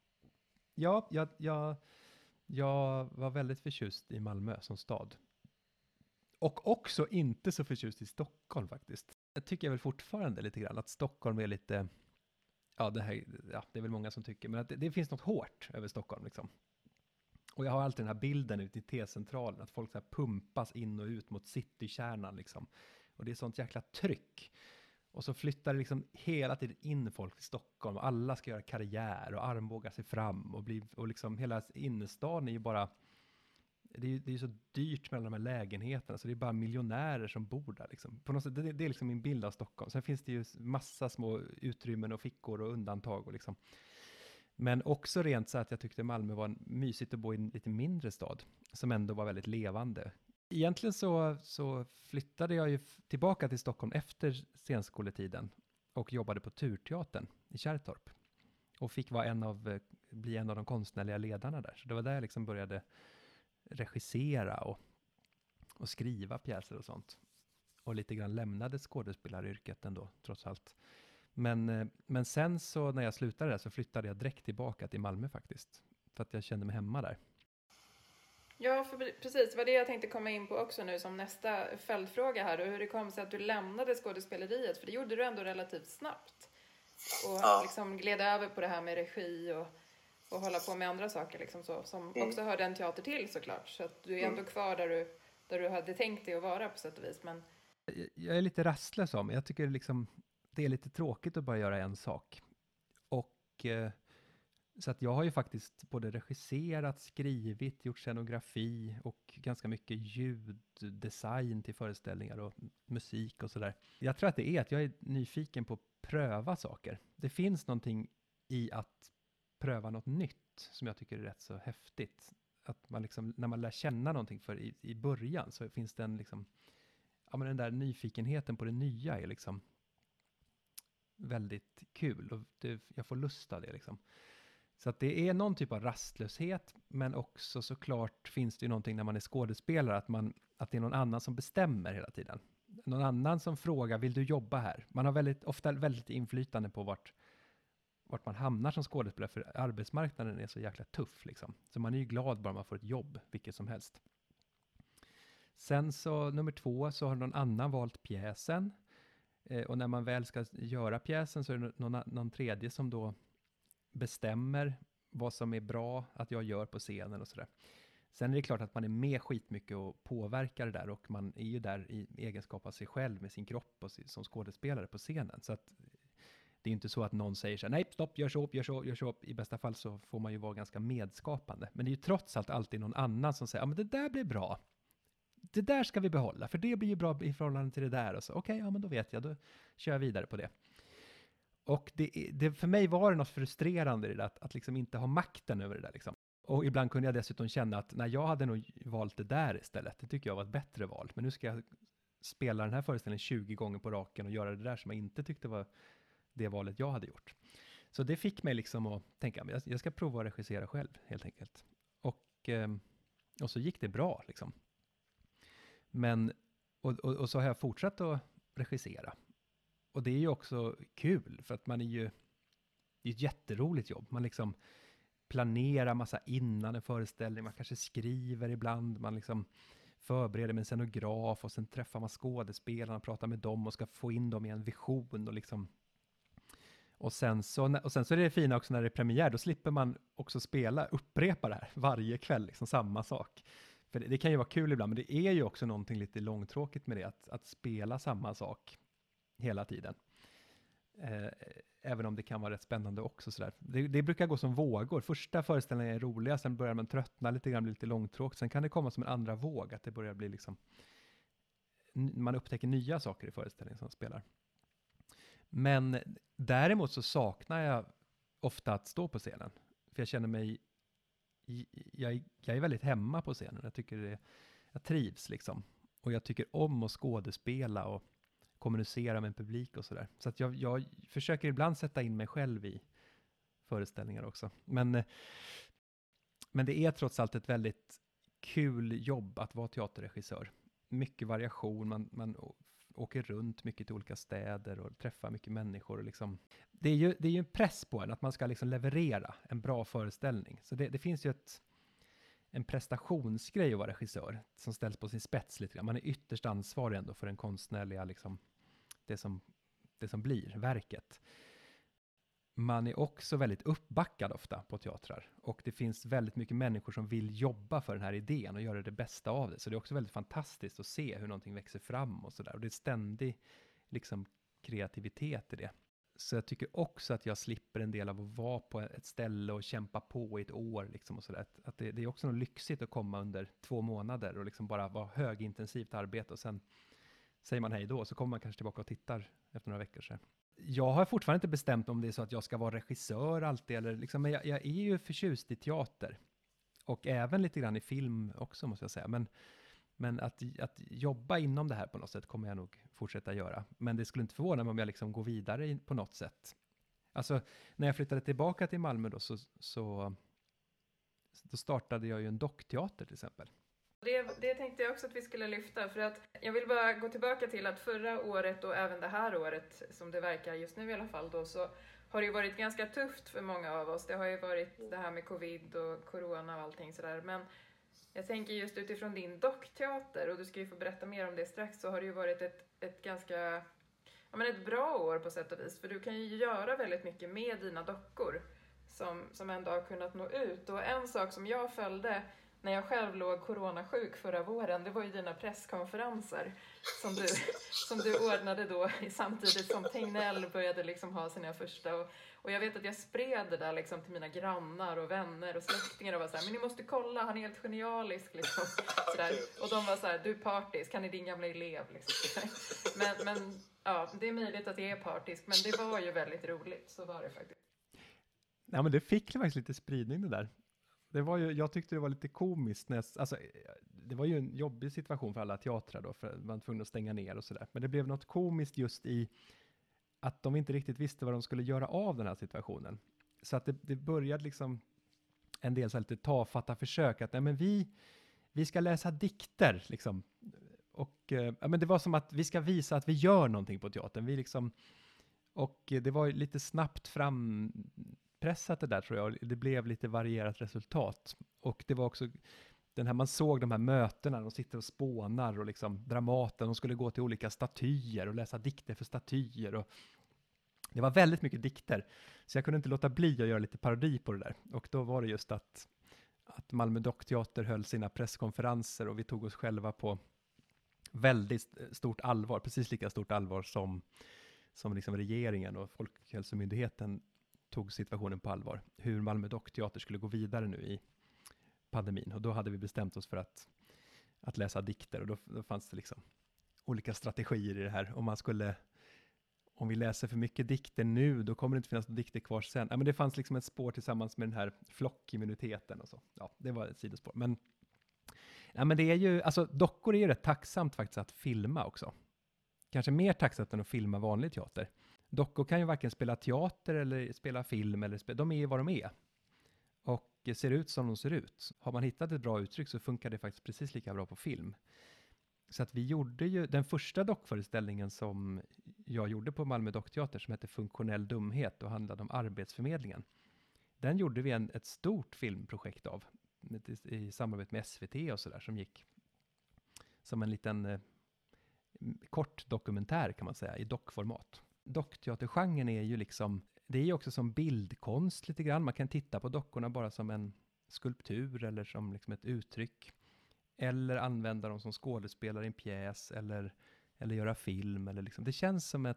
Ja, jag var väldigt förtjust i Malmö som stad. Och också inte så förtjust i Stockholm faktiskt. Jag tycker väl fortfarande lite grann att Stockholm är lite... Ja, det är väl många som tycker. Men att det finns något hårt över Stockholm liksom. Och jag har alltid den här bilden ute i T-centralen. Att folk så här pumpas in och ut mot citykärnan liksom. Och det är sånt jäkla tryck. Och så flyttar det liksom hela tiden in folk till Stockholm. Och alla ska göra karriär och armbåga sig fram. Och liksom hela innerstan är ju bara... Det är så dyrt mellan de här lägenheterna. Så det är bara miljonärer som bor där. Liksom. På något sätt, det är liksom min bild av Stockholm. Sen finns det ju massa små utrymmen och fickor och undantag. Och liksom. Men också rent så att jag tyckte Malmö var mysigt att bo i en lite mindre stad. Som ändå var väldigt levande. Egentligen så flyttade jag ju tillbaka till Stockholm efter scenskoletiden. Och jobbade på Turteatern i Kärrtorp. Och fick bli en av de konstnärliga ledarna där. Så det var där jag liksom började regissera och skriva pjäser och sånt. Och lite grann lämnade skådespelaryrket ändå, trots allt. Men sen så när jag slutade där så flyttade jag direkt tillbaka till Malmö faktiskt. För att jag kände mig hemma där. Ja, för precis. Det var det jag tänkte komma in på också nu som nästa följdfråga här. Och hur det kom sig att du lämnade skådespeleriet. För det gjorde du ändå relativt snabbt. Och liksom gled över på det här med regi och hålla på med andra saker liksom så, som också hörde en teater till såklart. Så att du är ändå kvar där du hade tänkt dig att vara på sätt och vis. Men... Jag är lite rastlös om. Jag tycker liksom det är lite tråkigt att bara göra en sak. Och så att jag har ju faktiskt både regisserat, skrivit, gjort scenografi och ganska mycket ljuddesign till föreställningar och musik och sådär. Jag tror att det är att jag är nyfiken på att pröva saker. Det finns någonting i att pröva något nytt som jag tycker är rätt så häftigt. Att man liksom, när man lär känna någonting för i början så finns det en liksom, ja men den där nyfikenheten på det nya är liksom väldigt kul och jag får lust av det liksom. Så att det är någon typ av rastlöshet, men också såklart finns det ju någonting när man är skådespelare att det är någon annan som bestämmer hela tiden. Någon annan som frågar, vill du jobba här? Man har ofta väldigt inflytande på vart man hamnar som skådespelare, för arbetsmarknaden är så jäkla tuff liksom. Så man är ju glad bara man får ett jobb, vilket som helst. Sen så, nummer 2, så har någon annan valt pjäsen. Och när man väl ska göra pjäsen så är det någon tredje som då bestämmer vad som är bra att jag gör på scenen och sådär. Sen är det klart att man är med skitmycket och påverkar det där, och man är ju där i egenskap av sig själv med sin kropp och som skådespelare på scenen. Så att det är inte så att någon säger så här, nej stopp, gör så. I bästa fall så får man ju vara ganska medskapande. Men det är ju trots allt alltid någon annan som säger, ja men det där blir bra. Det där ska vi behålla, för det blir ju bra i förhållande till det där. Och så okej, ja men då vet jag, då kör jag vidare på det. Och det för mig var det något frustrerande i det att liksom inte ha makten över det där liksom. Och ibland kunde jag dessutom känna att jag hade nog valt det där istället. Det tycker jag var ett bättre val. Men nu ska jag spela den här föreställningen 20 gånger på raken och göra det där som jag inte tyckte var det valet jag hade gjort. Så det fick mig liksom att tänka, jag ska prova att regissera själv helt enkelt. Och så gick det bra liksom. Men, och så har jag fortsatt att regissera. Och det är ju också kul för att det är ett jätteroligt jobb. Man liksom planerar massa innan en föreställning, man kanske skriver ibland, man liksom förbereder med en scenograf och sen träffar man skådespelarna och pratar med dem och ska få in dem i en vision och liksom. Och sen så är det fina också när det är premiär, då slipper man också upprepa det här varje kväll, liksom samma sak. För det kan ju vara kul ibland, men det är ju också någonting lite långtråkigt med det, att spela samma sak hela tiden. Även om det kan vara rätt spännande också sådär. Det brukar gå som vågor. Första föreställningen är roliga, sen börjar man tröttna lite grann, bli lite långtråkigt. Sen kan det komma som en andra våg, att det börjar bli liksom, man upptäcker nya saker i föreställningen som man spelar. Men däremot så saknar jag ofta att stå på scenen. För jag känner mig, jag är väldigt hemma på scenen. Jag tycker jag trivs liksom. Och jag tycker om att skådespela och kommunicera med en publik och sådär. Så att jag försöker ibland sätta in mig själv i föreställningar också. Men det är trots allt ett väldigt kul jobb att vara teaterregissör. Mycket variation, man åker runt mycket till olika städer och träffar mycket människor. Och liksom. Det är ju en press på en att man ska liksom leverera en bra föreställning. Så det finns ju en prestationsgrej att vara regissör som ställs på sin spets lite grann. Man är ytterst ansvarig ändå för den konstnärliga, liksom, det som blir verket. Man är också väldigt uppbackad ofta på teatrar. Och det finns väldigt mycket människor som vill jobba för den här idén och göra det bästa av det. Så det är också väldigt fantastiskt att se hur någonting växer fram och sådär. Och det är ständig liksom, kreativitet i det. Så jag tycker också att jag slipper en del av att vara på ett ställe och kämpa på i ett år. Liksom, och sådär. Att det är också något lyxigt att komma under 2 månader och liksom bara vara högintensivt arbete. Och sen säger man hej då, så kommer man kanske tillbaka och tittar efter några veckor. Så. Jag har fortfarande inte bestämt om det är så att jag ska vara regissör alltid. Eller liksom, men jag är ju förtjust i teater. Och även lite grann i film också måste jag säga. Men att jobba inom det här på något sätt kommer jag nog fortsätta göra. Men det skulle inte förvåna mig om jag liksom går vidare på något sätt. Alltså när jag flyttade tillbaka till Malmö då så startade jag ju en dockteater till exempel. Det tänkte jag också att vi skulle lyfta, för att jag vill bara gå tillbaka till att förra året och även det här året, som det verkar just nu i alla fall då, så har det ju varit ganska tufft för många av oss. Det har ju varit det här med covid och corona och allting sådär, men jag tänker just utifrån din dockteater, och du ska ju få berätta mer om det strax, så har det ju varit ett ganska, ett bra år på sätt och vis, för du kan ju göra väldigt mycket med dina dockor som ändå har kunnat nå ut. Och en sak som jag följde när jag själv låg coronasjuk förra våren, det var ju dina presskonferenser som du ordnade då samtidigt som Tegnell började liksom ha sina första. Och jag vet att jag spred det där liksom till mina grannar och vänner och släktingar och var så här, men ni måste kolla, han är helt genialisk liksom. Sådär. Och de var så här, du är partisk, han är din gamla elev liksom. Men ja, det är möjligt att jag är partisk, men det var ju väldigt roligt, så var det faktiskt. Ja, men det fick faktiskt lite spridning det där. Det var ju, jag tyckte det var lite komiskt. Det var ju en jobbig situation för alla teatrar då, för man var tvungen att stänga ner och sådär. Men det blev något komiskt just i att de inte riktigt visste vad de skulle göra av den här situationen. Så att det började liksom en del så här lite tafatta försök att vi ska läsa dikter liksom. Och men det var som att vi ska visa att vi gör någonting på teatern. Och det var lite snabbt pressat det där tror jag. Det blev lite varierat resultat. Och det var också man såg de här mötena, de sitter och spånar och liksom Dramaten, de skulle gå till olika statyer och läsa dikter för statyer. Och det var väldigt mycket dikter. Så jag kunde inte låta bli att göra lite parodi på det där. Och då var det just att Malmö Dockteater höll sina presskonferenser och vi tog oss själva på väldigt stort allvar. Precis lika stort allvar som liksom regeringen och Folkhälsomyndigheten tog situationen på allvar. Hur Malmö Dockteater skulle gå vidare nu i pandemin. Och då hade vi bestämt oss för att läsa dikter. Och då fanns det liksom olika strategier i det här. om vi läser för mycket dikter nu, då kommer det inte finnas dikter kvar sen. Ja, men det fanns liksom ett spår tillsammans med den här flockimmuniteten och så. Ja, det var ett sidospår. Men, ja, men det är ju, alltså dockor är ju rätt tacksamt faktiskt att filma också. Kanske mer tacksamt än att filma vanlig teater. Dockor kan ju varken spela teater eller spela film, de är ju vad de är. Och ser ut som de ser ut. Har man hittat ett bra uttryck så funkar det faktiskt precis lika bra på film. Så att vi gjorde ju den första dockföreställningen som jag gjorde på Malmö Dockteater som hette Funktionell dumhet och handlade om arbetsförmedlingen. Den gjorde vi ett stort filmprojekt av i samarbete med SVT och sådär som gick som en liten kort dokumentär kan man säga i dockformat. Dockteatergenren är ju liksom, det är ju också som bildkonst lite grann. Man kan titta på dockorna bara som en skulptur eller som liksom ett uttryck. Eller använda dem som skådespelare i en pjäs eller göra film. Eller liksom. Det känns som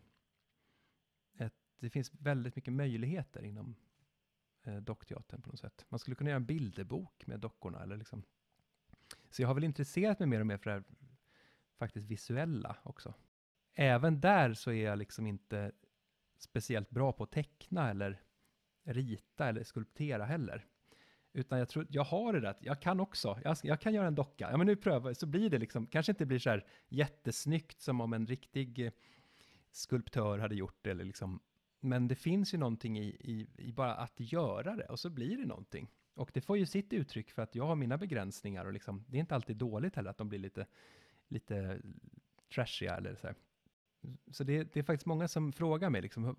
det finns väldigt mycket möjligheter inom dockteatern på något sätt. Man skulle kunna göra en bilderbok med dockorna. Eller liksom. Så jag har väl intresserat mig mer och mer för det här faktiskt visuella också. Även där så är jag liksom inte speciellt bra på att teckna eller rita eller skulptera heller. Utan jag tror, jag har det där, jag kan också, jag kan göra en docka. Ja men nu prövar så blir det liksom, kanske inte blir så här jättesnyggt som om en riktig skulptör hade gjort det. Eller liksom, men det finns ju någonting i bara att göra det och så blir det någonting. Och det får ju sitt uttryck för att jag har mina begränsningar och liksom, det är inte alltid dåligt heller att de blir lite trashiga eller så här. Så det är faktiskt många som frågar mig liksom,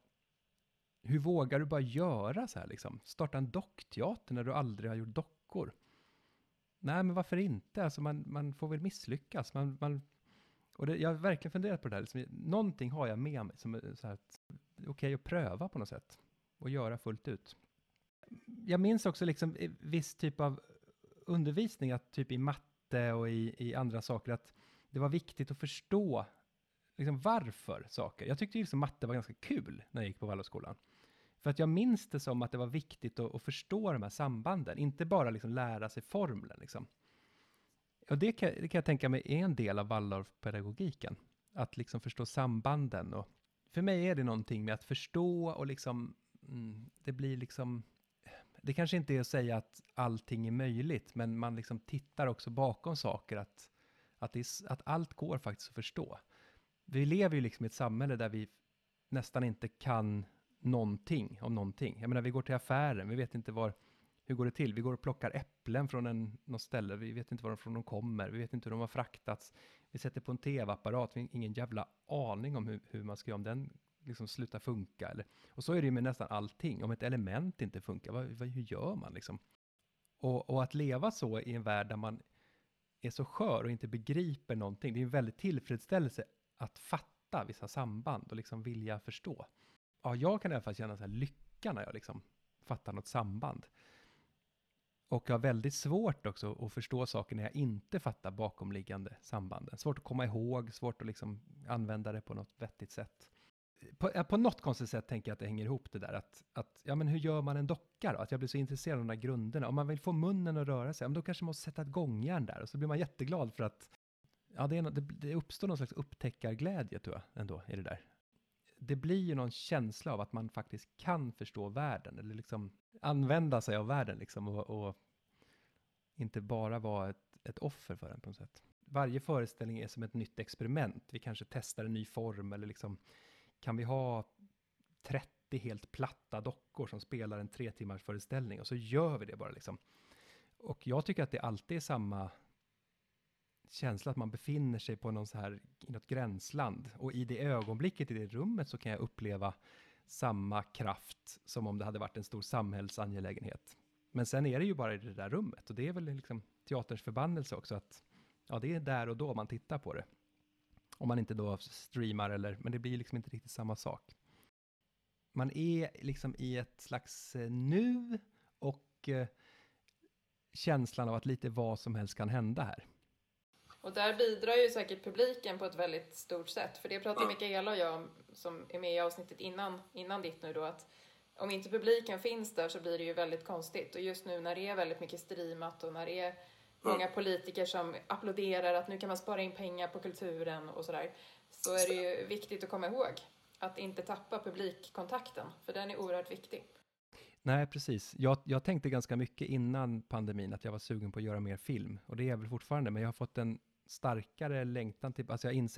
hur vågar du bara göra så här liksom? Starta en dockteater när du aldrig har gjort dockor? Nej, men varför inte? Alltså man får väl misslyckas. Jag har verkligen funderat på det här. Liksom, någonting har jag med mig som är så här okej att pröva på något sätt. Och göra fullt ut. Jag minns också liksom viss typ av undervisning, att typ i matte och i andra saker, att det var viktigt att förstå liksom varför saker. Jag tyckte liksom matte var ganska kul när jag gick på Waldorfskolan. För att jag minns det som att det var viktigt att förstå de här sambanden. Inte bara liksom lära sig formlen. Liksom. Och det kan jag tänka mig är en del av Waldorfpedagogiken. Att liksom förstå sambanden. Och för mig är det någonting med att förstå och liksom, det blir liksom, det kanske inte är att säga att allting är möjligt. Men man liksom tittar också bakom saker. Att allt går faktiskt att förstå. Vi lever ju liksom i ett samhälle där vi nästan inte kan någonting om någonting. Jag menar, vi går till affären, vi vet inte hur går det till? Vi går och plockar äpplen från något ställe, vi vet inte varifrån de kommer, vi vet inte hur de har fraktats. Vi sätter på en tv-apparat, vi har ingen jävla aning om hur man ska göra om den liksom slutar funka. Och så är det ju med nästan allting. Om ett element inte funkar, hur gör man liksom? Och att leva så i en värld där man är så skör och inte begriper någonting, det är en väldigt tillfredsställelse att fatta vissa samband och liksom vilja förstå. Ja, jag kan i alla fall känna så här lycka när jag liksom fattar något samband. Och jag har väldigt svårt också att förstå saker när jag inte fattar bakomliggande sambanden. Svårt att komma ihåg, svårt att liksom använda det på något vettigt sätt. På något konstigt sätt tänker jag att det hänger ihop det där. Att ja, men hur gör man en docka då? Att jag blir så intresserad av de här grunderna. Om man vill få munnen att röra sig, då kanske man måste sätta ett gångjärn där. Och så blir man jätteglad för att ja, det uppstår någon slags upptäckarglädje tror jag ändå i det där. Det blir ju någon känsla av att man faktiskt kan förstå världen. Eller liksom använda sig av världen liksom. Och inte bara vara ett offer för den på något sätt. Varje föreställning är som ett nytt experiment. Vi kanske testar en ny form. Eller liksom, kan vi ha 30 helt platta dockor som spelar en 3 timmars föreställning. Och så gör vi det bara liksom. Och jag tycker att det alltid är samma känsla att man befinner sig på någon så här, i något gränsland. Och i det ögonblicket i det rummet så kan jag uppleva samma kraft som om det hade varit en stor samhällsangelägenhet. Men sen är det ju bara i det där rummet. Och det är väl liksom teaterns förbannelse också. Att ja, det är där och då man tittar på det. Om man inte då streamar men det blir liksom inte riktigt samma sak. Man är liksom i ett slags nu och känslan av att lite vad som helst kan hända här. Och där bidrar ju säkert publiken på ett väldigt stort sätt. För det pratar Mikaela och jag om, som är med i avsnittet innan ditt nu då, att om inte publiken finns där så blir det ju väldigt konstigt. Och just nu när det är väldigt mycket streamat och när det är många politiker som applåderar att nu kan man spara in pengar på kulturen och sådär, så är det ju viktigt att komma ihåg att inte tappa publikkontakten, för den är oerhört viktig. Nej, precis. Jag tänkte ganska mycket innan pandemin att jag var sugen på att göra mer film. Och det är jag väl fortfarande, men jag har fått en starkare längtan till, alltså jag inser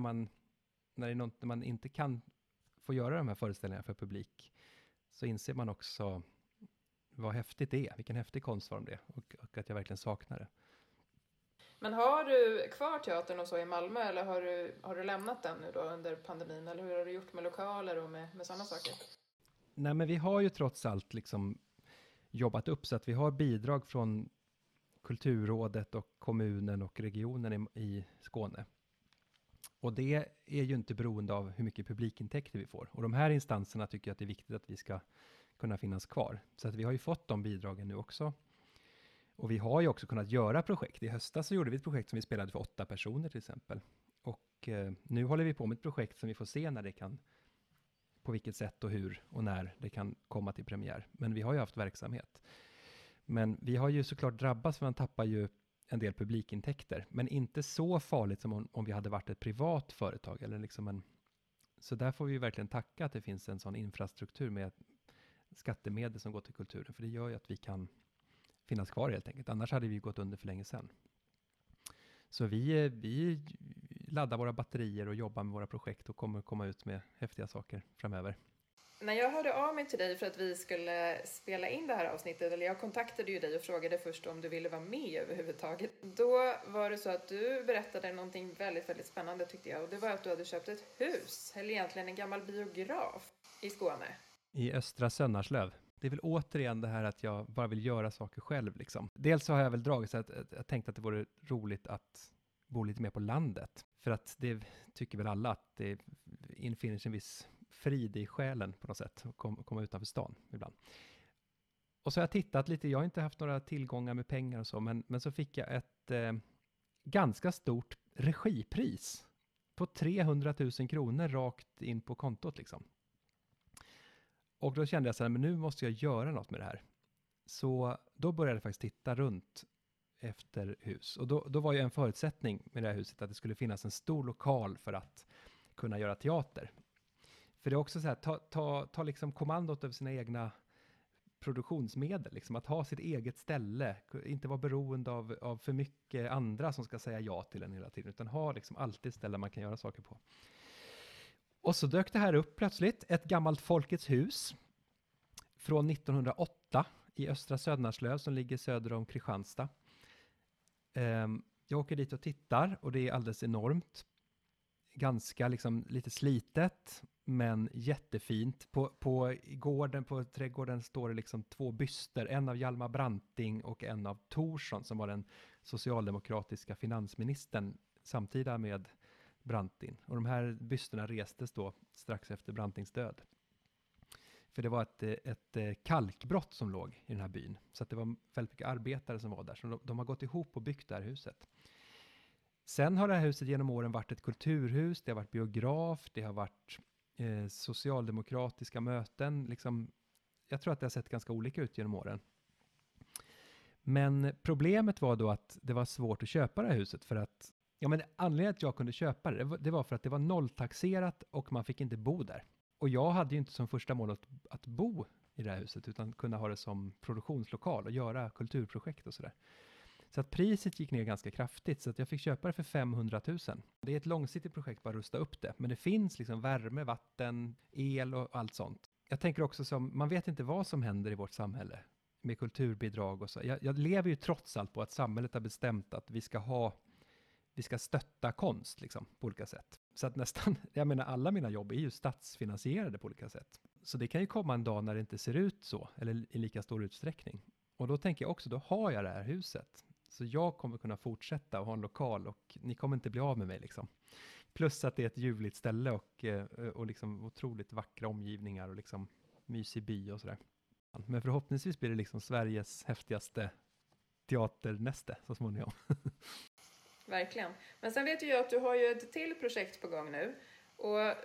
när man inte kan få göra de här föreställningarna för publik, så inser man också vad häftigt det är, vilken häftig konstform det är, och att jag verkligen saknar det. Men har du kvar teatern och så i Malmö, eller har du lämnat den nu då under pandemin, eller hur har du gjort med lokaler och med sådana saker? Nej, men vi har ju trots allt liksom jobbat upp så att vi har bidrag från Kulturrådet och kommunen och regionen i Skåne. Och det är ju inte beroende av hur mycket publikintäkter vi får. Och de här instanserna tycker jag att det är viktigt att vi ska kunna finnas kvar. Så att vi har ju fått de bidragen nu också. Och vi har ju också kunnat göra projekt. I höstas så gjorde vi ett projekt som vi spelade för 8 personer till exempel. Och nu håller vi på med ett projekt som vi får se när det kan, på vilket sätt och hur och när det kan komma till premiär. Men vi har ju haft verksamhet. Men vi har ju såklart drabbats, för man tappar ju en del publikintäkter. Men inte så farligt som om vi hade varit ett privat företag. Eller liksom så där får vi ju verkligen tacka att det finns en sån infrastruktur med skattemedel som går till kulturen. För det gör ju att vi kan finnas kvar helt enkelt. Annars hade vi gått under för länge sedan. Så vi laddar våra batterier och jobbar med våra projekt och kommer komma ut med häftiga saker framöver. När jag hörde av mig till dig för att vi skulle spela in det här avsnittet, eller jag kontaktade ju dig och frågade först om du ville vara med överhuvudtaget. Då var det så att du berättade någonting väldigt, väldigt spännande tyckte jag. Och det var att du hade köpt ett hus, eller egentligen en gammal biograf i Skåne. I Östra Sönnerslöv. Det är väl återigen det här att jag bara vill göra saker själv liksom. Dels så har jag väl dragit så att jag tänkte att det vore roligt att bo lite mer på landet. För att det tycker väl alla att det infinner sig en viss frid i själen på något sätt. Och komma utanför stan ibland. Och så har jag tittat lite. Jag har inte haft några tillgångar med pengar och så. Men så fick jag ett ganska stort regipris. På 300 000 kronor rakt in på kontot liksom. Och då kände jag så här, men nu måste jag göra något med det här. Så då började jag faktiskt titta runt efter hus. Och då var ju en förutsättning med det här huset att det skulle finnas en stor lokal för att kunna göra teater. För det är också så här, ta liksom kommandot över sina egna produktionsmedel. Liksom, att ha sitt eget ställe. Inte vara beroende av för mycket andra som ska säga ja till en hela tiden. Utan ha liksom alltid ett ställe man kan göra saker på. Och så dök det här upp plötsligt. Ett gammalt Folkets hus. Från 1908 i Östra Sönnerslöv som ligger söder om Kristianstad. Jag åker dit och tittar och det är alldeles enormt. Ganska liksom lite slitet men jättefint. På trädgården står det liksom 2 byster. En av Hjalmar Branting och en av Thorsson som var den socialdemokratiska finansministern samtida med Branting. Och de här bysterna restes då strax efter Brantings död. För det var ett kalkbrott som låg i den här byn. Så att det var väldigt mycket arbetare som var där. Så de har gått ihop och byggt det här huset. Sen har det här huset genom åren varit ett kulturhus. Det har varit biograf. Det har varit socialdemokratiska möten. Liksom, jag tror att det har sett ganska olika ut genom åren. Men problemet var då att det var svårt att köpa det här huset. För att anledningen att jag kunde köpa det var för att det var nolltaxerat och man fick inte bo där. Och jag hade ju inte som första mål att bo i det här huset utan kunna ha det som produktionslokal och göra kulturprojekt och sådär. Så att priset gick ner ganska kraftigt så att jag fick köpa det för 500 000. Det är ett långsiktigt projekt bara att rusta upp det. Men det finns liksom värme, vatten, el och allt sånt. Jag tänker också som, man vet inte vad som händer i vårt samhälle med kulturbidrag och så. Jag lever ju trots allt på att samhället har bestämt att vi ska stötta konst liksom, på olika sätt. Så att nästan, alla mina jobb är ju statsfinansierade på olika sätt. Så det kan ju komma en dag när det inte ser ut så, eller i lika stor utsträckning. Och då tänker jag också, då har jag det här huset. Så jag kommer kunna fortsätta och ha en lokal och ni kommer inte bli av med mig liksom. Plus att det är ett ljuvligt ställe och liksom otroligt vackra omgivningar och liksom mysig by och sådär. Men förhoppningsvis blir det liksom Sveriges häftigaste teaternäste så småningom. Verkligen. Men sen vet ju jag att du har ju ett till projekt på gång nu. Och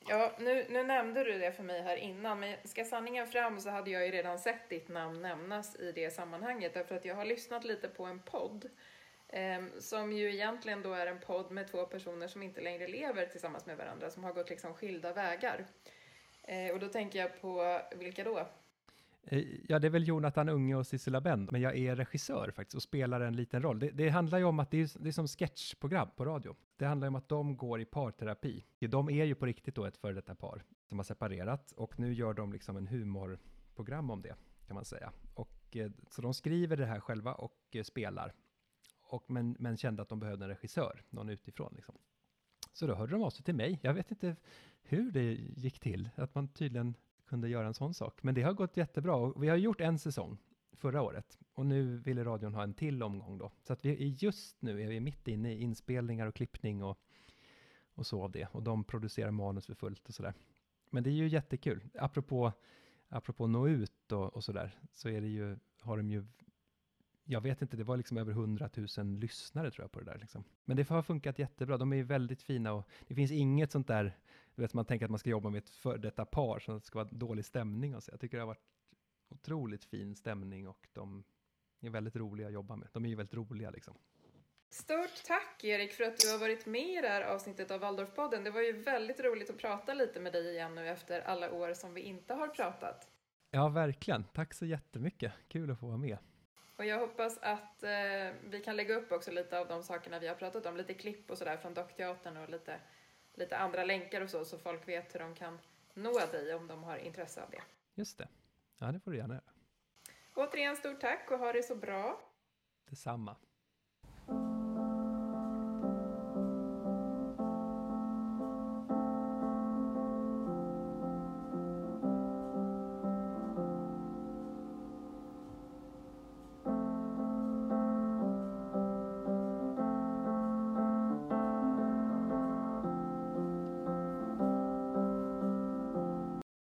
Ja, nu nämnde du det för mig här innan, men ska sanningen fram så hade jag ju redan sett ditt namn nämnas i det sammanhanget, därför att jag har lyssnat lite på en podd som ju egentligen då är en podd med två personer som inte längre lever tillsammans med varandra, som har gått liksom skilda vägar. Och då tänker jag på vilka då? Ja, det är väl Jonathan Unge och Sissela Bend, men jag är regissör faktiskt och spelar en liten roll. Det handlar ju om att det är som sketchprogram på radio. Det handlar om att de går i parterapi. De är ju på riktigt då ett före detta par som har separerat, och nu gör de liksom en humorprogram om det, kan man säga. Och så de skriver det här själva och spelar. Men kände att de behövde en regissör, någon utifrån liksom. Så då hörde de av sig till mig. Jag vet inte hur det gick till, att man tydligen kunde göra en sån sak. Men det har gått jättebra, och vi har gjort en säsong förra året. Och nu ville radion ha en till omgång då. Så att just nu är vi mitt inne i inspelningar och klippning och så av det. Och de producerar manus för fullt och sådär. Men det är ju jättekul. Apropå nå ut och sådär, så är det ju, har de ju, jag vet inte, det var liksom över 100 000 lyssnare tror jag på det där liksom. Men det har funkat jättebra, de är ju väldigt fina, och det finns inget sånt där, du vet, man tänker att man ska jobba med ett för detta par så att det ska vara dålig stämning och så. Jag tycker det har varit otroligt fin stämning, och de är väldigt roliga att jobba med. De är ju väldigt roliga liksom. Stort tack Erik för att du har varit med i det här avsnittet av Waldorfpodden. Det var ju väldigt roligt att prata lite med dig igen nu efter alla år som vi inte har pratat. Ja, verkligen. Tack så jättemycket. Kul att få vara med. Och jag hoppas att vi kan lägga upp också lite av de sakerna vi har pratat om. Lite klipp och sådär från Dockteatern och lite andra länkar och så folk vet hur de kan nå dig om de har intresse av det. Just det. Ja, det får du gärna göra. Återigen stort tack och ha det så bra. Detsamma.